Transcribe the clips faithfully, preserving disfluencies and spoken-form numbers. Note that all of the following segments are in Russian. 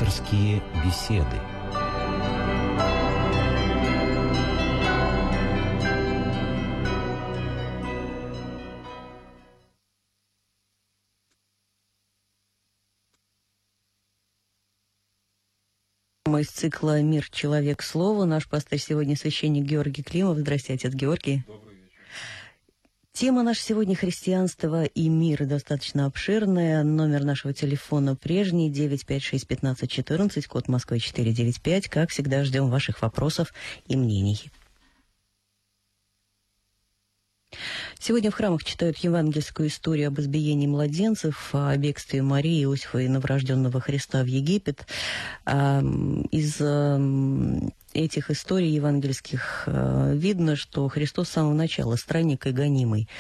Пасторские беседы. Из цикла «Мир, человек, слово». Наш пастырь сегодня священник Георгий Климов. Здравствуйте, отец Георгий. Добрый вечер. Тема наша сегодня — христианство и мир, достаточно обширная. Номер нашего телефона прежний — девять пять шесть пятнадцать четырнадцать, код Москвы четыре девять пять. Как всегда, ждем ваших вопросов и мнений. Сегодня в храмах читают евангельскую историю об избиении младенцев, о бегстве Марии, Иосифа и новорожденного Христа в Египет. Из этих историй евангельских видно, что Христос с самого начала странник и гонимый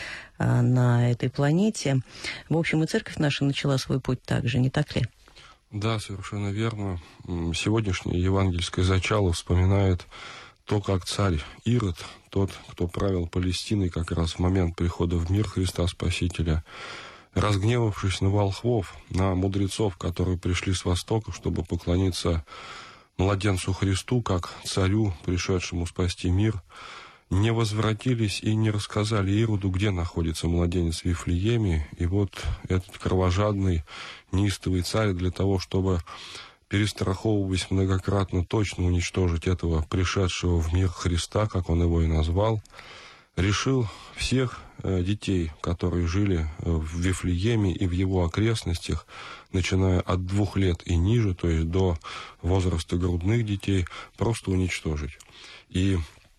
на этой планете. В общем, и церковь наша начала свой путь так же, не так ли? Да, совершенно верно. Сегодняшнее евангельское зачало вспоминает то, как царь Ирод, тот, кто правил Палестиной как раз в момент прихода в мир Христа Спасителя, разгневавшись на волхвов, на мудрецов, которые пришли с востока, чтобы поклониться младенцу Христу, как царю, пришедшему спасти мир, не возвратились и не рассказали Ироду, где находится младенец в Вифлееме. И вот этот кровожадный, неистовый царь для того, чтобы, перестраховываясь многократно, точно уничтожить этого пришедшего в мир Христа, как он его и назвал, решил всех э, детей, которые жили э, в Вифлееме и в его окрестностях, начиная от двух лет и ниже, то есть до возраста грудных детей, просто уничтожить. И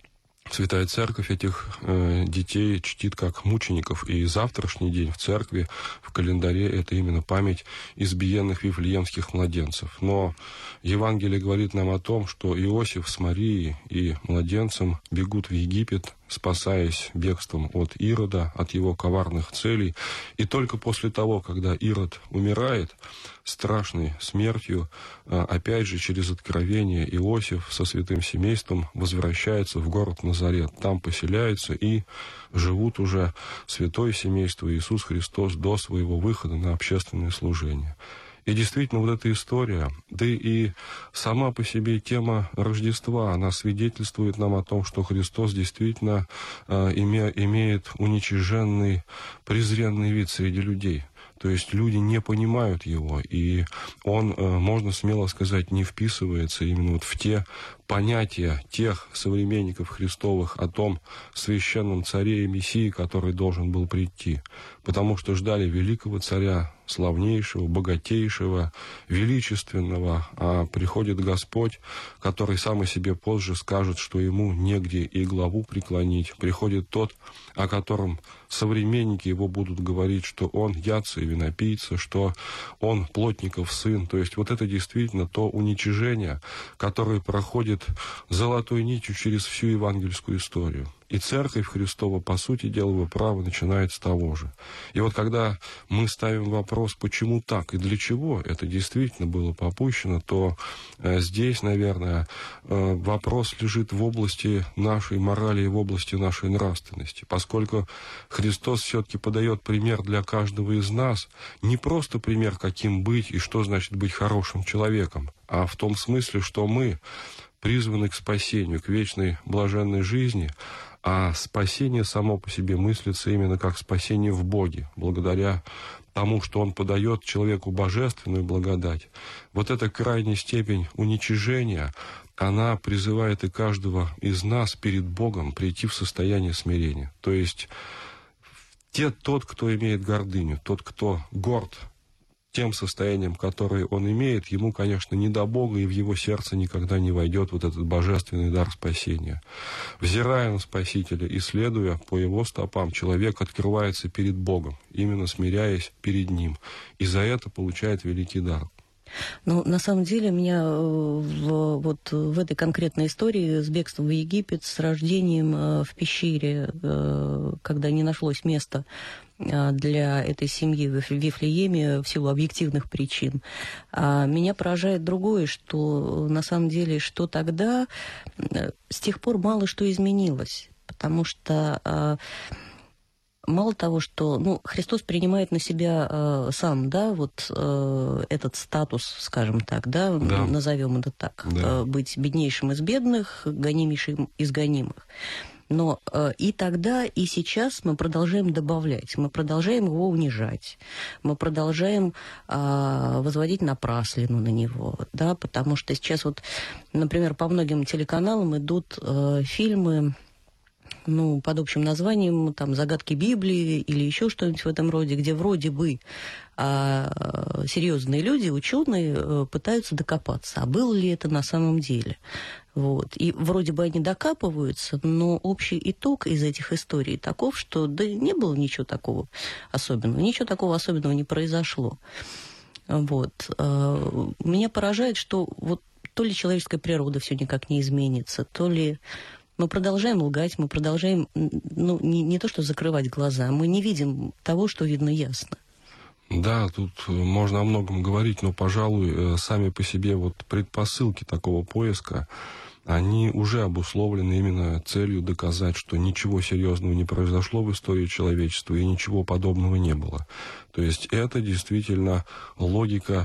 Святая Церковь этих э, детей чтит как мучеников, и завтрашний день в церкви, в календаре, это именно память избиенных вифлеемских младенцев. Но Евангелие говорит нам о том, что Иосиф с Марией и младенцем бегут в Египет, спасаясь бегством от Ирода, от его коварных целей. И только после того, когда Ирод умирает страшной смертью, опять же через откровение Иосиф со святым семейством возвращается в город Назарет. Там поселяется, и живут уже святое семейство Иисус Христос до своего выхода на общественное служение. И действительно, вот эта история, да и сама по себе тема Рождества, она свидетельствует нам о том, что Христос действительно э, име, имеет уничиженный, презренный вид среди людей. То есть люди не понимают его, и он, э, можно смело сказать, не вписывается именно вот в те понятия тех современников Христовых о том священном царе и мессии, который должен был прийти. Потому что ждали великого царя, славнейшего, богатейшего, величественного, а приходит Господь, который сам о себе позже скажет, что ему негде и главу преклонить. Приходит тот, о котором современники его будут говорить, что он ятца и винопийца, что он плотников сын. То есть вот это действительно то уничижение, которое проходит золотой нитью через всю евангельскую историю. И Церковь Христова, по сути дела, вы правы, начинает с того же. И вот когда мы ставим вопрос, почему так и для чего это действительно было попущено, то э, здесь, наверное, э, вопрос лежит в области нашей морали и в области нашей нравственности. Поскольку Христос все-таки подает пример для каждого из нас, не просто пример, каким быть и что значит быть хорошим человеком, а в том смысле, что мы призваны к спасению, к вечной блаженной жизни, а спасение само по себе мыслится именно как спасение в Боге, благодаря тому, что Он подает человеку божественную благодать. Вот эта крайняя степень уничижения, она призывает и каждого из нас перед Богом прийти в состояние смирения. То есть те, тот, кто имеет гордыню, тот, кто горд тем состоянием, которое он имеет, ему, конечно, не до Бога, и в его сердце никогда не войдет вот этот божественный дар спасения. Взирая на Спасителя и следуя по его стопам, человек открывается перед Богом, именно смиряясь перед Ним, и за это получает великий дар. Ну, на самом деле, меня в, вот в этой конкретной истории с бегством в Египет, с рождением в пещере, когда не нашлось места для этой семьи в Вифлееме в силу объективных причин, меня поражает другое, что на самом деле, что тогда, с тех пор мало что изменилось, потому что мало того, что ну, Христос принимает на себя э, сам, да, вот э, этот статус, скажем так, да, да. назовем это так, да. э, быть беднейшим из бедных, гонимейшим из гонимых. Но э, и тогда, и сейчас мы продолжаем добавлять, мы продолжаем его унижать, мы продолжаем э, возводить напраслину на него, да, потому что сейчас вот, например, по многим телеканалам идут э, фильмы, ну, под общим названием, там, «Загадки Библии» или еще что-нибудь в этом роде, где вроде бы а, серьезные люди, ученые, пытаются докопаться, а было ли это на самом деле. Вот. И вроде бы они докапываются, но общий итог из этих историй таков, что да не было ничего такого особенного, ничего такого особенного не произошло. Вот. Меня поражает, что вот то ли человеческая природа все никак не изменится, то ли мы продолжаем лгать, мы продолжаем, ну, не, не то что закрывать глаза, мы не видим того, что видно ясно. Да, тут можно о многом говорить, но, пожалуй, сами по себе вот предпосылки такого поиска, они уже обусловлены именно целью доказать, что ничего серьезного не произошло в истории человечества и ничего подобного не было. То есть это действительно логика,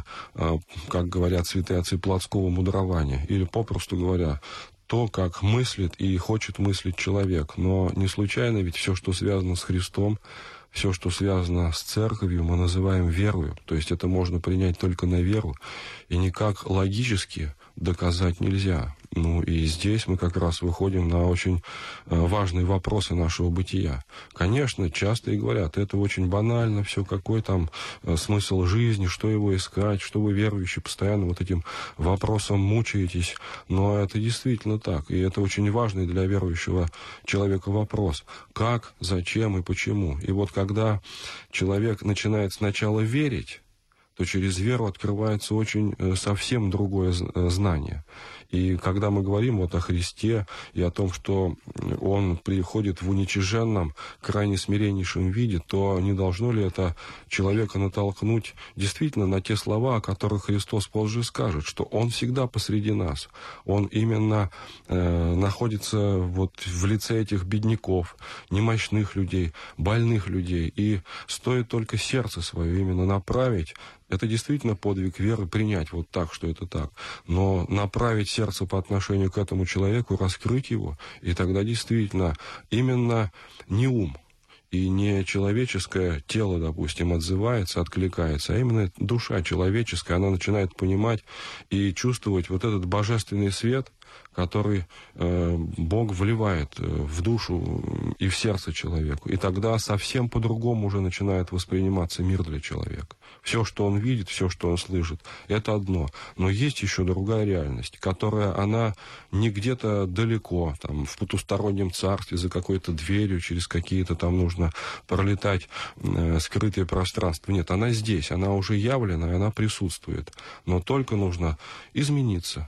как говорят святые отцы, плотского мудрования, или, попросту говоря, то, как мыслит и хочет мыслить человек. Но не случайно ведь все, что связано с Христом, все, что связано с церковью, мы называем верою. То есть это можно принять только на веру, и никак логически доказать нельзя. Ну и здесь мы как раз выходим на очень важные вопросы нашего бытия. Конечно, часто и говорят, это очень банально, все, какой там смысл жизни, что его искать, что вы, верующие, постоянно вот этим вопросом мучаетесь. Но это действительно так, и это очень важный для верующего человека вопрос. Как, зачем и почему? И вот когда человек начинает сначала верить, то через веру открывается очень совсем другое знание. И когда мы говорим вот о Христе и о том, что Он приходит в уничиженном, крайне смиреннейшем виде, то не должно ли это человека натолкнуть действительно на те слова, о которых Христос позже скажет, что Он всегда посреди нас. Он именно э, находится вот в лице этих бедняков, немощных людей, больных людей. И стоит только сердце свое именно направить. Это действительно подвиг веры, принять вот так, что это так. Но направить сердце по отношению к этому человеку, раскрыть его, и тогда действительно именно не ум и не человеческое тело, допустим, отзывается, откликается, а именно душа человеческая, она начинает понимать и чувствовать вот этот божественный свет, который э, Бог вливает в душу и в сердце человеку. И тогда совсем по-другому уже начинает восприниматься мир для человека. Все, что он видит, все, что он слышит, это одно. Но есть еще другая реальность, которая, она не где-то далеко, там, в потустороннем царстве, за какой-то дверью, через какие-то там нужно пролетать э, скрытые пространства. Нет, она здесь, она уже явлена, и она присутствует. Но только нужно измениться.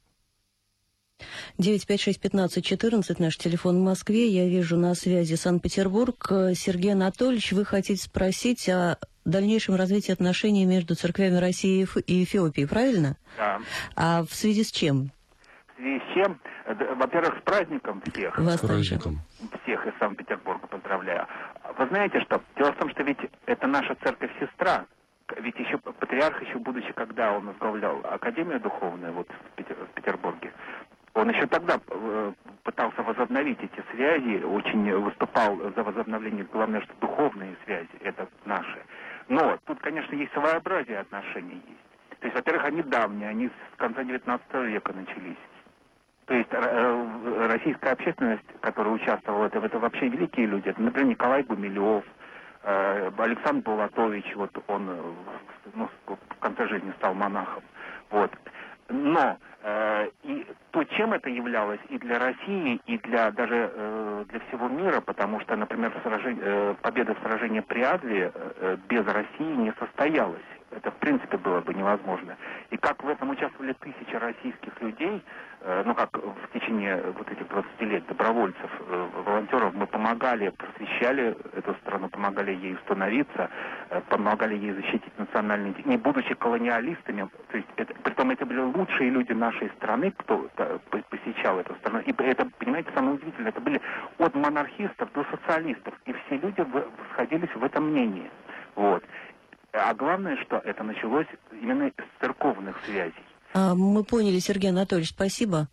девять пять шесть пятнадцать четырнадцать, наш телефон в Москве. Я вижу на связи Санкт-Петербург. Сергей Анатольевич, вы хотите спросить о дальнейшем развитии отношений между церквями России и Эфиопии, правильно? Да. А в связи с чем? В связи с чем? Во-первых, с праздником всех. Вас с праздником. Всех из Санкт-Петербурга поздравляю. Вы знаете что? Дело в том, что ведь это наша церковь-сестра. Ведь еще патриарх, еще будучи, когда он возглавлял Академию Духовную вот в, Петер, в Петербурге, он еще тогда э, пытался возобновить эти связи, очень выступал за возобновление, главное, что духовные связи, это наши. Но тут, конечно, есть своеобразие отношений есть. То есть, во-первых, они давние, они с конца девятнадцатого века начались. То есть э, российская общественность, которая участвовала, это, это вообще великие люди. Это, например, Николай Гумилев, э, Александр Булатович, вот он ну, в конце жизни стал монахом. Вот. Но э, и то, чем это являлось и для России, и для даже э, для всего мира, потому что, например, сражение, э, победа в сражении при Адве э, без России не состоялась. это в принципе было бы невозможно. И как в этом участвовали тысячи российских людей, э, ну как в течение вот этих двадцати лет добровольцев, э, волонтеров, мы помогали, просвещали эту страну, помогали ей установиться, э, помогали ей защитить национальный, не будучи колониалистами, то есть это, притом это были лучшие люди нашей страны, кто да, посещал эту страну. И это, понимаете, самое удивительное, это были от монархистов до социалистов, и все люди сходились в этом мнении. Вот. А главное, что это началось именно с церковных связей. А, мы поняли, Сергей Анатольевич, спасибо.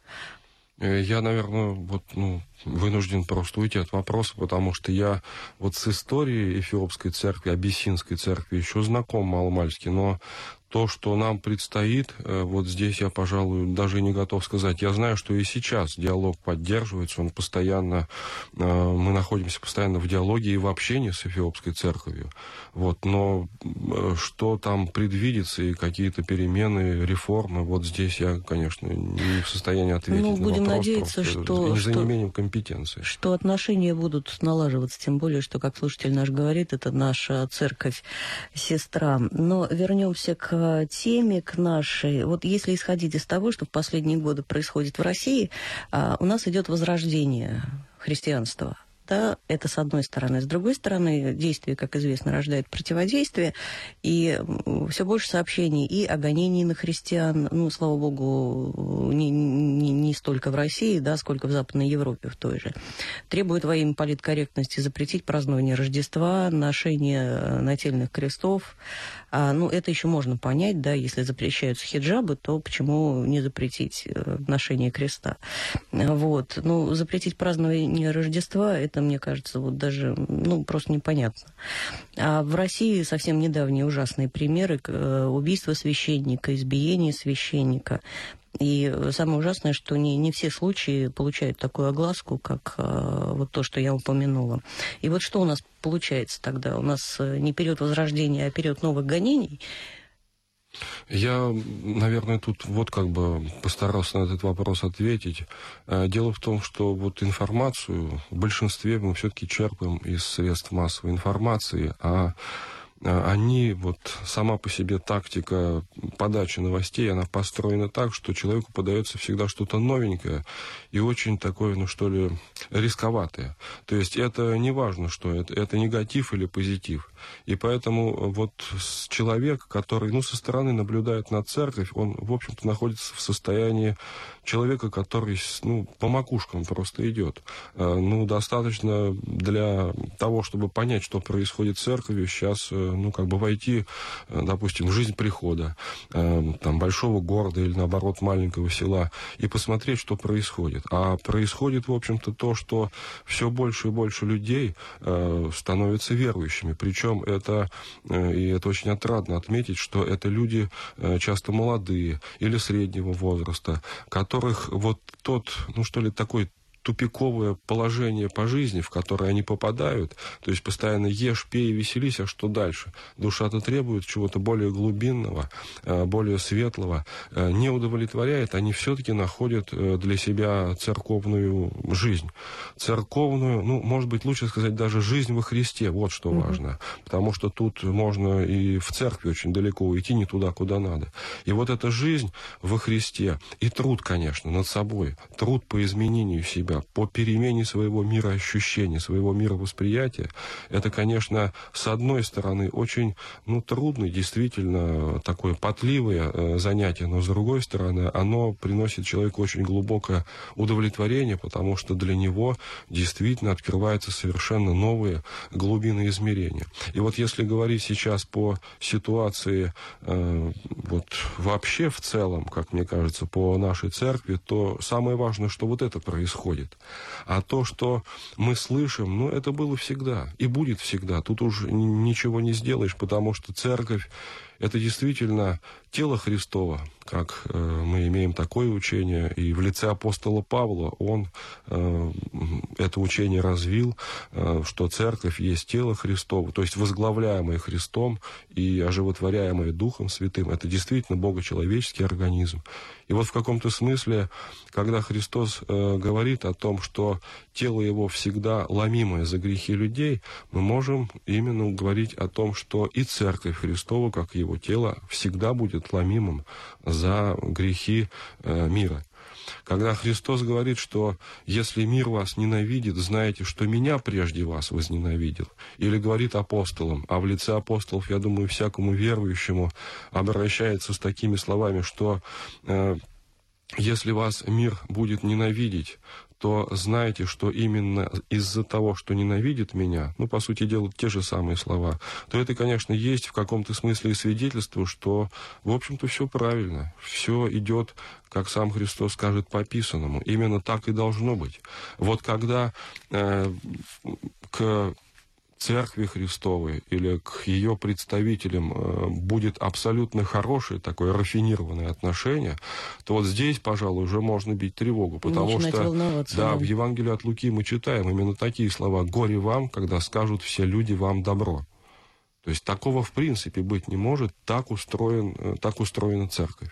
Я, наверное, вот, ну, вынужден просто уйти от вопроса, потому что я вот с историей Эфиопской церкви, Абиссинской церкви еще знаком маломальски, но то, что нам предстоит, вот здесь я, пожалуй, даже не готов сказать. Я знаю, что и сейчас диалог поддерживается, он постоянно, мы находимся постоянно в диалоге и в общении с Эфиопской церковью. Вот, но что там предвидится и какие-то перемены, реформы, вот здесь я, конечно, не в состоянии ответить ну, на будем вопрос. Надеяться, что, за что, неимением компетенции. Что отношения будут налаживаться, тем более, что, как слушатель наш говорит, это наша церковь-сестра. Но вернемся к теме, к нашей. Вот если исходить из того, что в последние годы происходит в России, у нас идет возрождение христианства. Да, это с одной стороны. С другой стороны, действие, как известно, рождает противодействие, и все больше сообщений и о гонении на христиан, ну, слава богу, не, не, не столько в России, да, сколько в Западной Европе в той же. Требует во имя политкорректности запретить празднование Рождества, ношение нательных крестов. А, ну, это еще можно понять, да, если запрещаются хиджабы, то почему не запретить ношение креста? Вот. Ну, запретить празднование Рождества, это, мне кажется, вот даже, ну, просто непонятно. А в России совсем недавние ужасные примеры убийства священника, избиения священника. И самое ужасное, что не, не все случаи получают такую огласку, как а, вот то, что я упомянула. И вот что у нас получается тогда? У нас не период возрождения, а период новых гонений? Я, наверное, тут вот как бы постарался на этот вопрос ответить. Дело в том, что вот информацию в большинстве мы все-таки черпаем из средств массовой информации, а они, вот сама по себе тактика подачи новостей, она построена так, что человеку подается всегда что-то новенькое и очень такое, ну что ли, рисковатое. То есть это не важно, что это, это негатив или позитив. И поэтому вот человек, который, ну, со стороны наблюдает на церковь, он, в общем-то, находится в состоянии человека, который, ну, по макушкам просто идет. Ну, достаточно для того, чтобы понять, что происходит в церкви, сейчас, ну, как бы войти, допустим, в жизнь прихода, там, большого города или, наоборот, маленького села и посмотреть, что происходит. А происходит, в общем-то, то, что все больше и больше людей становятся верующими. Причем это, и это очень отрадно отметить, что это люди часто молодые или среднего возраста, которых вот тот, ну, что ли, такой тупиковое положение по жизни, в которое они попадают, то есть постоянно ешь, пей, веселись, а что дальше? Душа-то требует чего-то более глубинного, более светлого, не удовлетворяет, они все-таки находят для себя церковную жизнь. Церковную, ну, может быть, лучше сказать, даже жизнь во Христе, вот что mm-hmm. важно, потому что тут можно и в церкви очень далеко уйти, не туда, куда надо. И вот эта жизнь во Христе, и труд, конечно, над собой, труд по изменению себя, по перемене своего мироощущения, своего мировосприятия, это, конечно, с одной стороны, очень, ну, трудное, действительно, такое потливое э, занятие, но с другой стороны, оно приносит человеку очень глубокое удовлетворение, потому что для него действительно открываются совершенно новые глубины измерения. И вот если говорить сейчас по ситуации э, вот вообще в целом, как мне кажется, по нашей церкви, то самое важное, что вот это происходит. А то, что мы слышим, ну, это было всегда и будет всегда. Тут уж ничего не сделаешь, потому что церковь — это действительно тело Христово, как э, мы имеем такое учение, и в лице апостола Павла он э, это учение развил, э, что церковь есть тело Христово, то есть возглавляемое Христом и оживотворяемое Духом Святым. Это действительно богочеловеческий организм. И вот в каком-то смысле, когда Христос э, говорит о том, что тело его всегда ломимое за грехи людей, мы можем именно говорить о том, что и церковь Христова, как его его тело всегда будет ломимым за грехи э, мира. Когда Христос говорит, что если мир вас ненавидит, знайте, что меня прежде вас возненавидел. Или говорит апостолам, а в лице апостолов, я думаю, всякому верующему обращается с такими словами, что э, если вас мир будет ненавидеть, то знайте, что именно из-за того, что ненавидит меня, ну, по сути дела, те же самые слова, то это, конечно, есть в каком-то смысле и свидетельство, что, в общем-то, все правильно. Все идет, как сам Христос скажет, по писанному. Именно так и должно быть. Вот когда э, к Церкви Христовой или к ее представителям э, будет абсолютно хорошее такое рафинированное отношение, то вот здесь, пожалуй, уже можно бить тревогу, потому начинать что волноваться, да, да. в Евангелии от Луки мы читаем именно такие слова: «Горе вам, когда скажут все люди вам добро». То есть такого в принципе быть не может, так, устроен, так устроена церковь.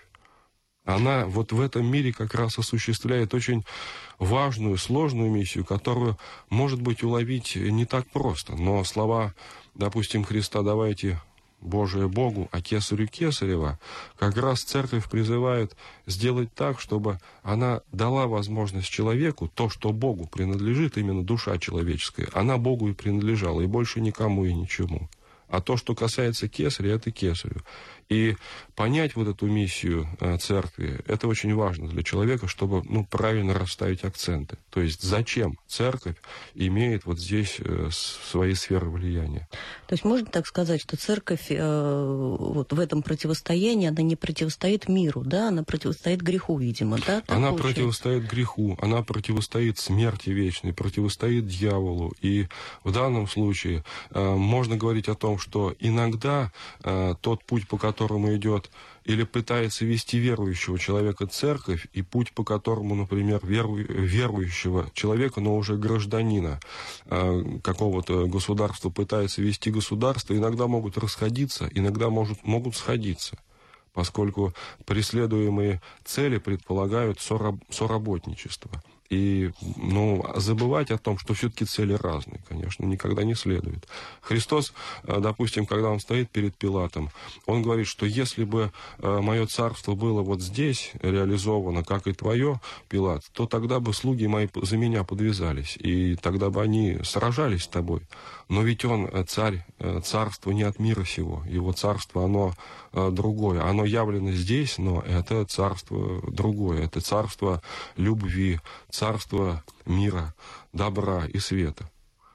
Она вот в этом мире как раз осуществляет очень важную, сложную миссию, которую, может быть, уловить не так просто. Но слова, допустим, Христа «давайте Божие Богу, а кесарю кесарева», как раз церковь призывает сделать так, чтобы она дала возможность человеку, то, что Богу принадлежит, именно душа человеческая, она Богу и принадлежала, и больше никому и ничему. А то, что касается кесаря, это кесарю. И понять вот эту миссию э, церкви, это очень важно для человека, чтобы ну, правильно расставить акценты. То есть зачем церковь имеет вот здесь э, свои сферы влияния. То есть можно так сказать, что церковь э, вот в этом противостоянии, она не противостоит миру, да, она противостоит греху, видимо, да? Так она получается? Противостоит греху, она противостоит смерти вечной, противостоит дьяволу. И в данном случае э, можно говорить о том, что иногда э, тот путь, по которому которому идет или пытается вести верующего человека церковь, и путь, по которому, например, веру, верующего человека, но уже гражданина э, какого-то государства пытается вести государство, иногда могут расходиться, иногда может, могут сходиться, поскольку преследуемые цели предполагают сораб, соработничество. И ну, забывать о том, что все-таки цели разные, конечно, никогда не следует. Христос, допустим, когда он стоит перед Пилатом, он говорит, что если бы мое царство было вот здесь реализовано, как и твое, Пилат, то тогда бы слуги мои за меня подвязались, и тогда бы они сражались с тобой. Но ведь он царь, царство не от мира сего, его царство, оно другое. Оно явлено здесь, но это царство другое, это царство любви, царство мира, добра и света.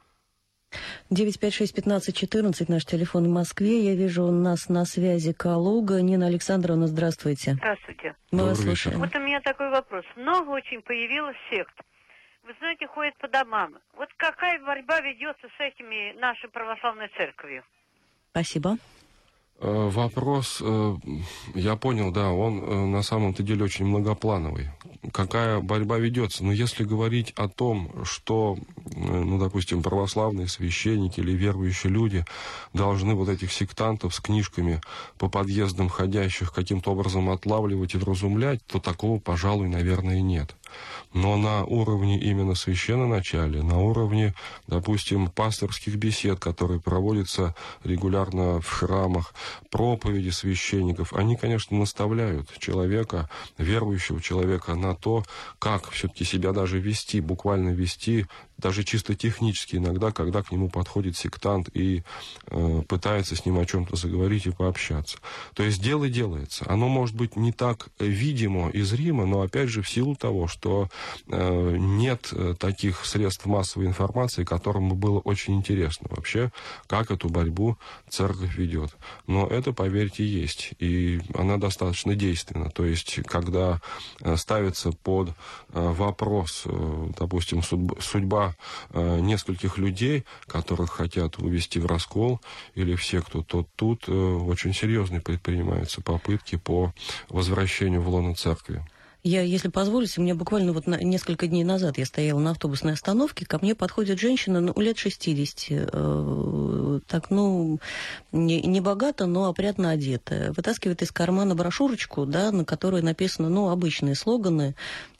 девять пять шесть пятнадцать четырнадцать, наш телефон в Москве. Я вижу, у нас на связи Калуга. Нина Александровна, здравствуйте. Здравствуйте. Мы вас Добрый слушаем. Вот у меня такой вопрос. Много очень появилось сект. Вы знаете, ходят по домам. Вот какая борьба ведется с этими нашей православной церковью? Спасибо. Вопрос, я понял, да, он на самом-то деле очень многоплановый. Какая борьба ведется? Но если говорить о том, что, ну, допустим, православные священники или верующие люди должны вот этих сектантов с книжками по подъездам ходящих каким-то образом отлавливать и вразумлять, то такого, пожалуй, наверное, нет. Но на уровне именно священноначалия, на уровне, допустим, пасторских бесед, которые проводятся регулярно в храмах, проповеди священников, они, конечно, наставляют человека, верующего человека, на то, как все-таки себя даже вести, буквально вести, даже чисто технически иногда, когда к нему подходит сектант и э, пытается с ним о чем-то заговорить и пообщаться. То есть дело делается. Оно может быть не так видимо и зримо, но опять же в силу того, что э, нет таких средств массовой информации, которым бы было очень интересно вообще, как эту борьбу церковь ведет. Но это, поверьте, есть. И она достаточно действенна. То есть, когда э, ставится под э, вопрос, э, допустим, судьба, судьба нескольких людей, которых хотят увести в раскол, или все, кто тот тут, очень серьезные предпринимаются попытки по возвращению в лоно церкви. Я, если позволите, у меня буквально вот на, несколько дней назад я стояла на автобусной остановке, ко мне подходит женщина, ну, лет шестидесяти, э, так, ну, не, не богато, но опрятно одетая, вытаскивает из кармана брошюрочку, да, на которой написано, ну, обычные слоганы,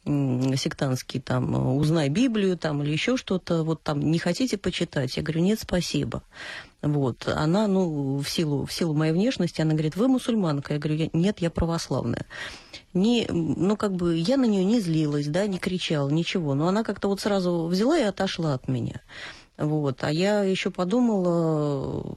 сектантский, там, узнай Библию, там, или еще что-то, вот там, не хотите почитать? Я говорю, нет, спасибо. Вот, она, ну, в силу, в силу моей внешности, она говорит, вы мусульманка? Я говорю, нет, я православная. Не, ну, как бы, я на нее не злилась, да, не кричала, ничего, но она как-то вот сразу взяла и отошла от меня. Вот, а я еще подумала,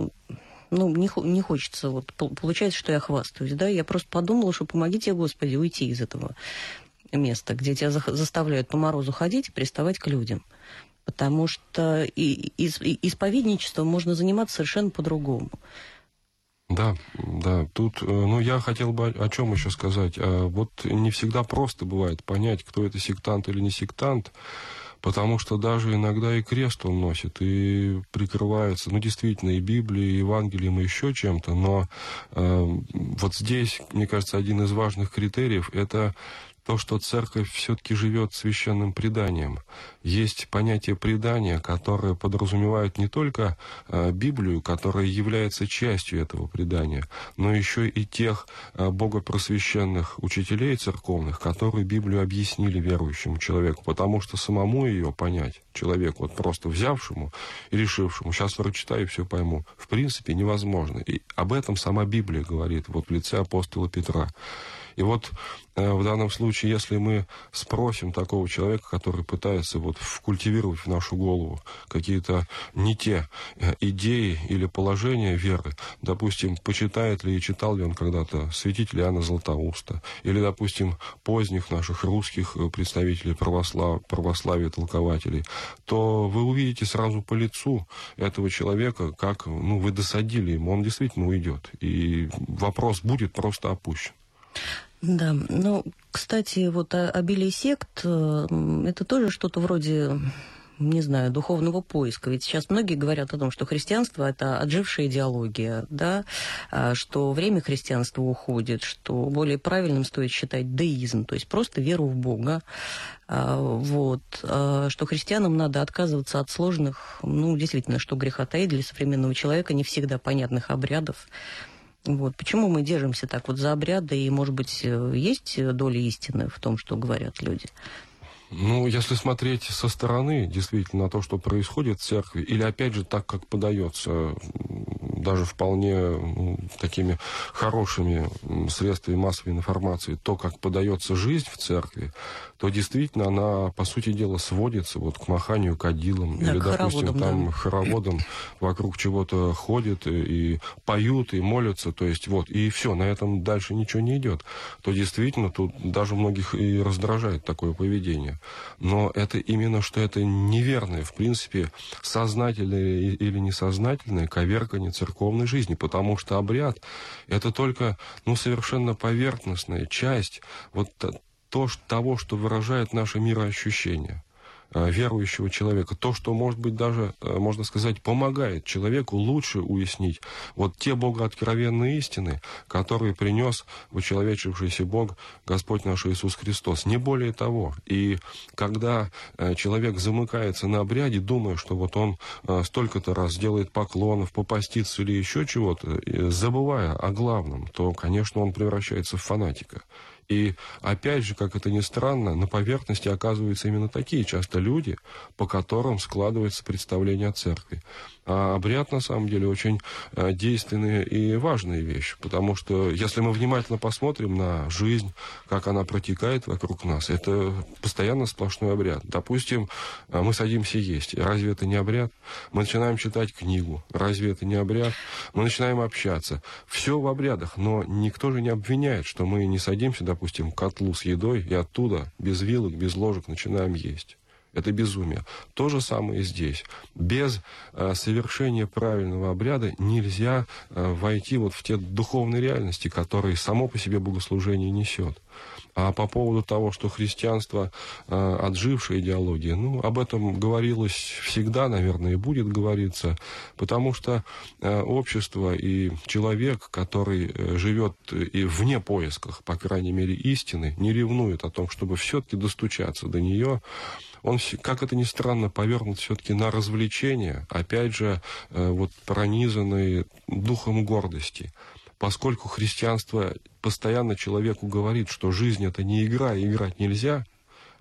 ну, не, не хочется, вот, получается, что я хвастаюсь, да, я просто подумала, что помогите, Господи, уйти из этого места, где тебя заставляют по морозу ходить и приставать к людям. Потому что и, и, и исповедничеством можно заниматься совершенно по-другому. Да, да, тут, ну, я хотел бы о чем еще сказать. Вот не всегда просто бывает понять, кто это сектант или не сектант, потому что даже иногда и крест он носит, и прикрывается, ну, действительно, и Библией, и Евангелием, и еще чем-то, но э, вот здесь, мне кажется, один из важных критериев – это то, что церковь все-таки живет священным преданием. Есть понятие предания, которое подразумевает не только э, Библию, которая является частью этого предания, но еще и тех э, богопросвященных учителей церковных, которые Библию объяснили верующему человеку, потому что самому ее понять человеку, вот просто взявшему и решившему, сейчас прочитаю и все пойму, в принципе невозможно. И об этом сама Библия говорит, вот в лице апостола Петра. И вот э, в данном случае, если мы спросим такого человека, который пытается вот вкультивировать в нашу голову какие-то не те э, идеи или положения веры, допустим, почитает ли и читал ли он когда-то святителя Иоанна Златоуста, или, допустим, поздних наших русских представителей православ... православия, толкователей, то вы увидите сразу по лицу этого человека, как, ну, вы досадили ему, он действительно уйдет, и вопрос будет просто опущен. Да, ну, кстати, вот обилие сект, это тоже что-то вроде, не знаю, духовного поиска. Ведь сейчас многие говорят о том, что христианство – это отжившая идеология, да, что время христианства уходит, что более правильным стоит считать деизм, то есть просто веру в Бога. Вот, что христианам надо отказываться от сложных, ну, действительно, что греха таить для современного человека, не всегда понятных обрядов. Вот. Почему мы держимся так вот за обряды, и, может быть, есть доля истины в том, что говорят люди? Ну, если смотреть со стороны, действительно, на то, что происходит в церкви, или, опять же, так, как подается, даже вполне, ну, такими хорошими средствами массовой информации, то, как подается жизнь в церкви, то действительно она, по сути дела, сводится вот к маханию кадилом, да, или, допустим, там, да, хороводом вокруг чего-то ходят и, и поют, и молятся, то есть вот, и все, на этом дальше ничего не идет. То действительно, тут даже многих и раздражает такое поведение. Но это именно, что это неверное, в принципе, сознательное или несознательное коверкание церковной жизни, потому что обряд – это только, ну, совершенно поверхностная часть вот то, того, что выражает наше мироощущение верующего человека, то, что, может быть, даже, можно сказать, помогает человеку лучше уяснить вот те богооткровенные истины, которые принес вочеловечившийся Бог, Господь наш Иисус Христос. Не более того. И когда человек замыкается на обряде, думая, что вот он столько-то раз делает поклонов, попастится или еще чего-то, забывая о главном, то, конечно, он превращается в фанатика. И, опять же, как это ни странно, на поверхности оказываются именно такие часто люди, по которым складывается представление о церкви. А обряд, на самом деле, очень действенная и важная вещь, потому что, если мы внимательно посмотрим на жизнь, как она протекает вокруг нас, это постоянно сплошной обряд. Допустим, мы садимся есть. Разве это не обряд? Мы начинаем читать книгу. Разве это не обряд? Мы начинаем общаться. Все в обрядах, но никто же не обвиняет, что мы не садимся, допустим, к котлу с едой и оттуда без вилок, без ложек начинаем есть. Это безумие. То же самое и здесь. Без э, совершения правильного обряда нельзя э, войти вот в те духовные реальности, которые само по себе богослужение несет. А по поводу того, что христианство э, отжившая идеология, ну, об этом говорилось всегда, наверное, и будет говориться, потому что э, общество и человек, который э, живет и вне поисках, по крайней мере, истины, не ревнует о том, чтобы все-таки достучаться до нее, он, как это ни странно, повернут все-таки на развлечения, опять же, э, вот пронизанные духом гордости. Поскольку христианство постоянно человеку говорит, что жизнь – это не игра, и играть нельзя,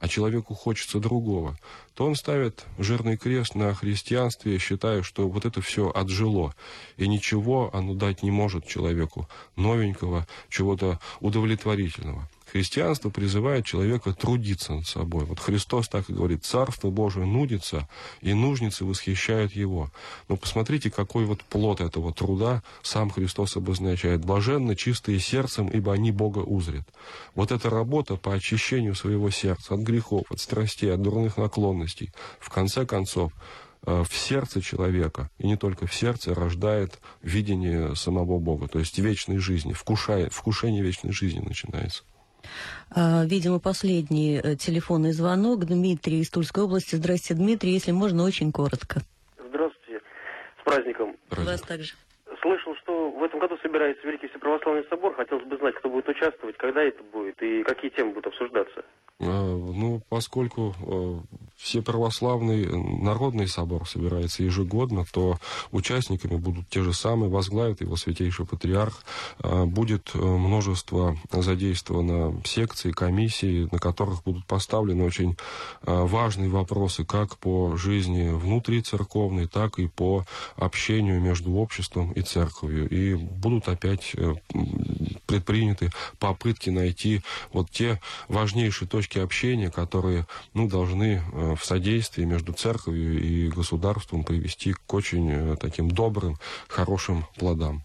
а человеку хочется другого, то он ставит жирный крест на христианстве, считая, что вот это все отжило, и ничего оно дать не может человеку новенького, чего-то удовлетворительного. Христианство призывает человека трудиться над собой. Вот Христос так и говорит: «Царство Божие нудится, и нужницы восхищают его». Но посмотрите, какой вот плод этого труда сам Христос обозначает: «Блаженны чистые сердцем, ибо они Бога узрят». Вот эта работа по очищению своего сердца от грехов, от страстей, от дурных наклонностей, в конце концов, в сердце человека, и не только в сердце, рождает видение самого Бога, то есть вечной жизни, вкушает, вкушение вечной жизни начинается. Видимо, последний телефонный звонок. Дмитрий из Тульской области. Здравствуйте, Дмитрий. Если можно, очень коротко. Здравствуйте. С праздником. Праздник. Вас также. Слышал, что в этом году собирается Великий Всеправославный собор. Хотелось бы знать, кто будет участвовать, когда это будет и какие темы будут обсуждаться. Ну, поскольку Всеправославный народный собор собирается ежегодно, то участниками будут те же самые, возглавит его Святейший Патриарх. Будет множество задействовано секций, комиссий, на которых будут поставлены очень важные вопросы как по жизни внутрицерковной, так и по общению между обществом и церковью. И будут опять предприняты попытки найти вот те важнейшие точки общения, которые, ну, должны в содействии между церковью и государством привести к очень таким добрым, хорошим плодам.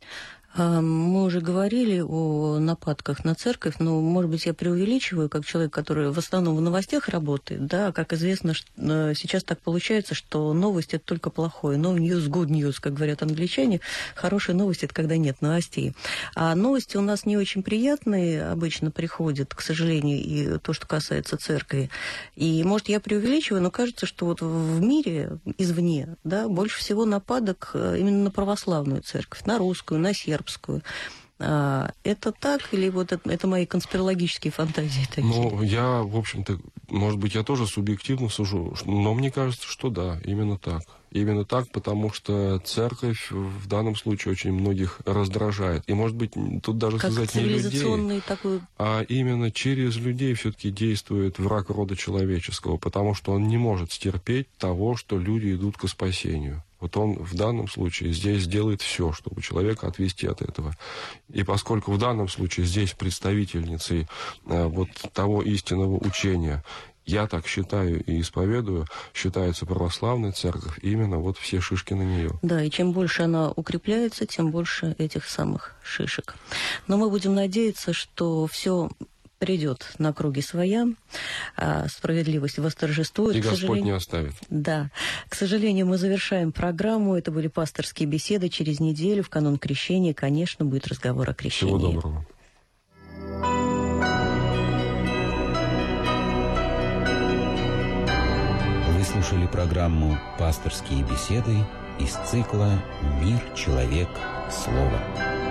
Мы уже говорили о нападках на церковь, но, может быть, я преувеличиваю, как человек, который в основном в новостях работает. Да, как известно, сейчас так получается, что новость – это только плохое. No news, good news, как говорят англичане. Хорошая новость – это когда нет новостей. А новости у нас не очень приятные обычно приходят, к сожалению, и то, что касается церкви. И, может, я преувеличиваю, но кажется, что вот в мире извне, да, больше всего нападок именно на православную церковь, на русскую, на сербскую. Это так или вот это, это мои конспирологические фантазии такие? Ну, я, в общем-то, может быть, я тоже субъективно сужу, но мне кажется, что да, именно так. Именно так, потому что церковь в данном случае очень многих раздражает. И, может быть, тут даже как сказать не людей, такой... а именно через людей все-таки действует враг рода человеческого, потому что он не может стерпеть того, что люди идут к спасению. Вот он в данном случае здесь делает все, чтобы человека отвести от этого. И поскольку в данном случае здесь представительницей э, вот того истинного учения, я так считаю и исповедую, считается православная церковь, именно вот все шишки на нее. Да, и чем больше она укрепляется, тем больше этих самых шишек. Но мы будем надеяться, что все придет на круги своя, а справедливость восторжествует. И к Господь сожалению. не оставит. Да. К сожалению, мы завершаем программу. Это были пасторские беседы. Через неделю, в канун Крещения, конечно, будет разговор о крещении. Всего доброго. Вы слушали программу «Пасторские беседы» из цикла «Мир, человек, слово».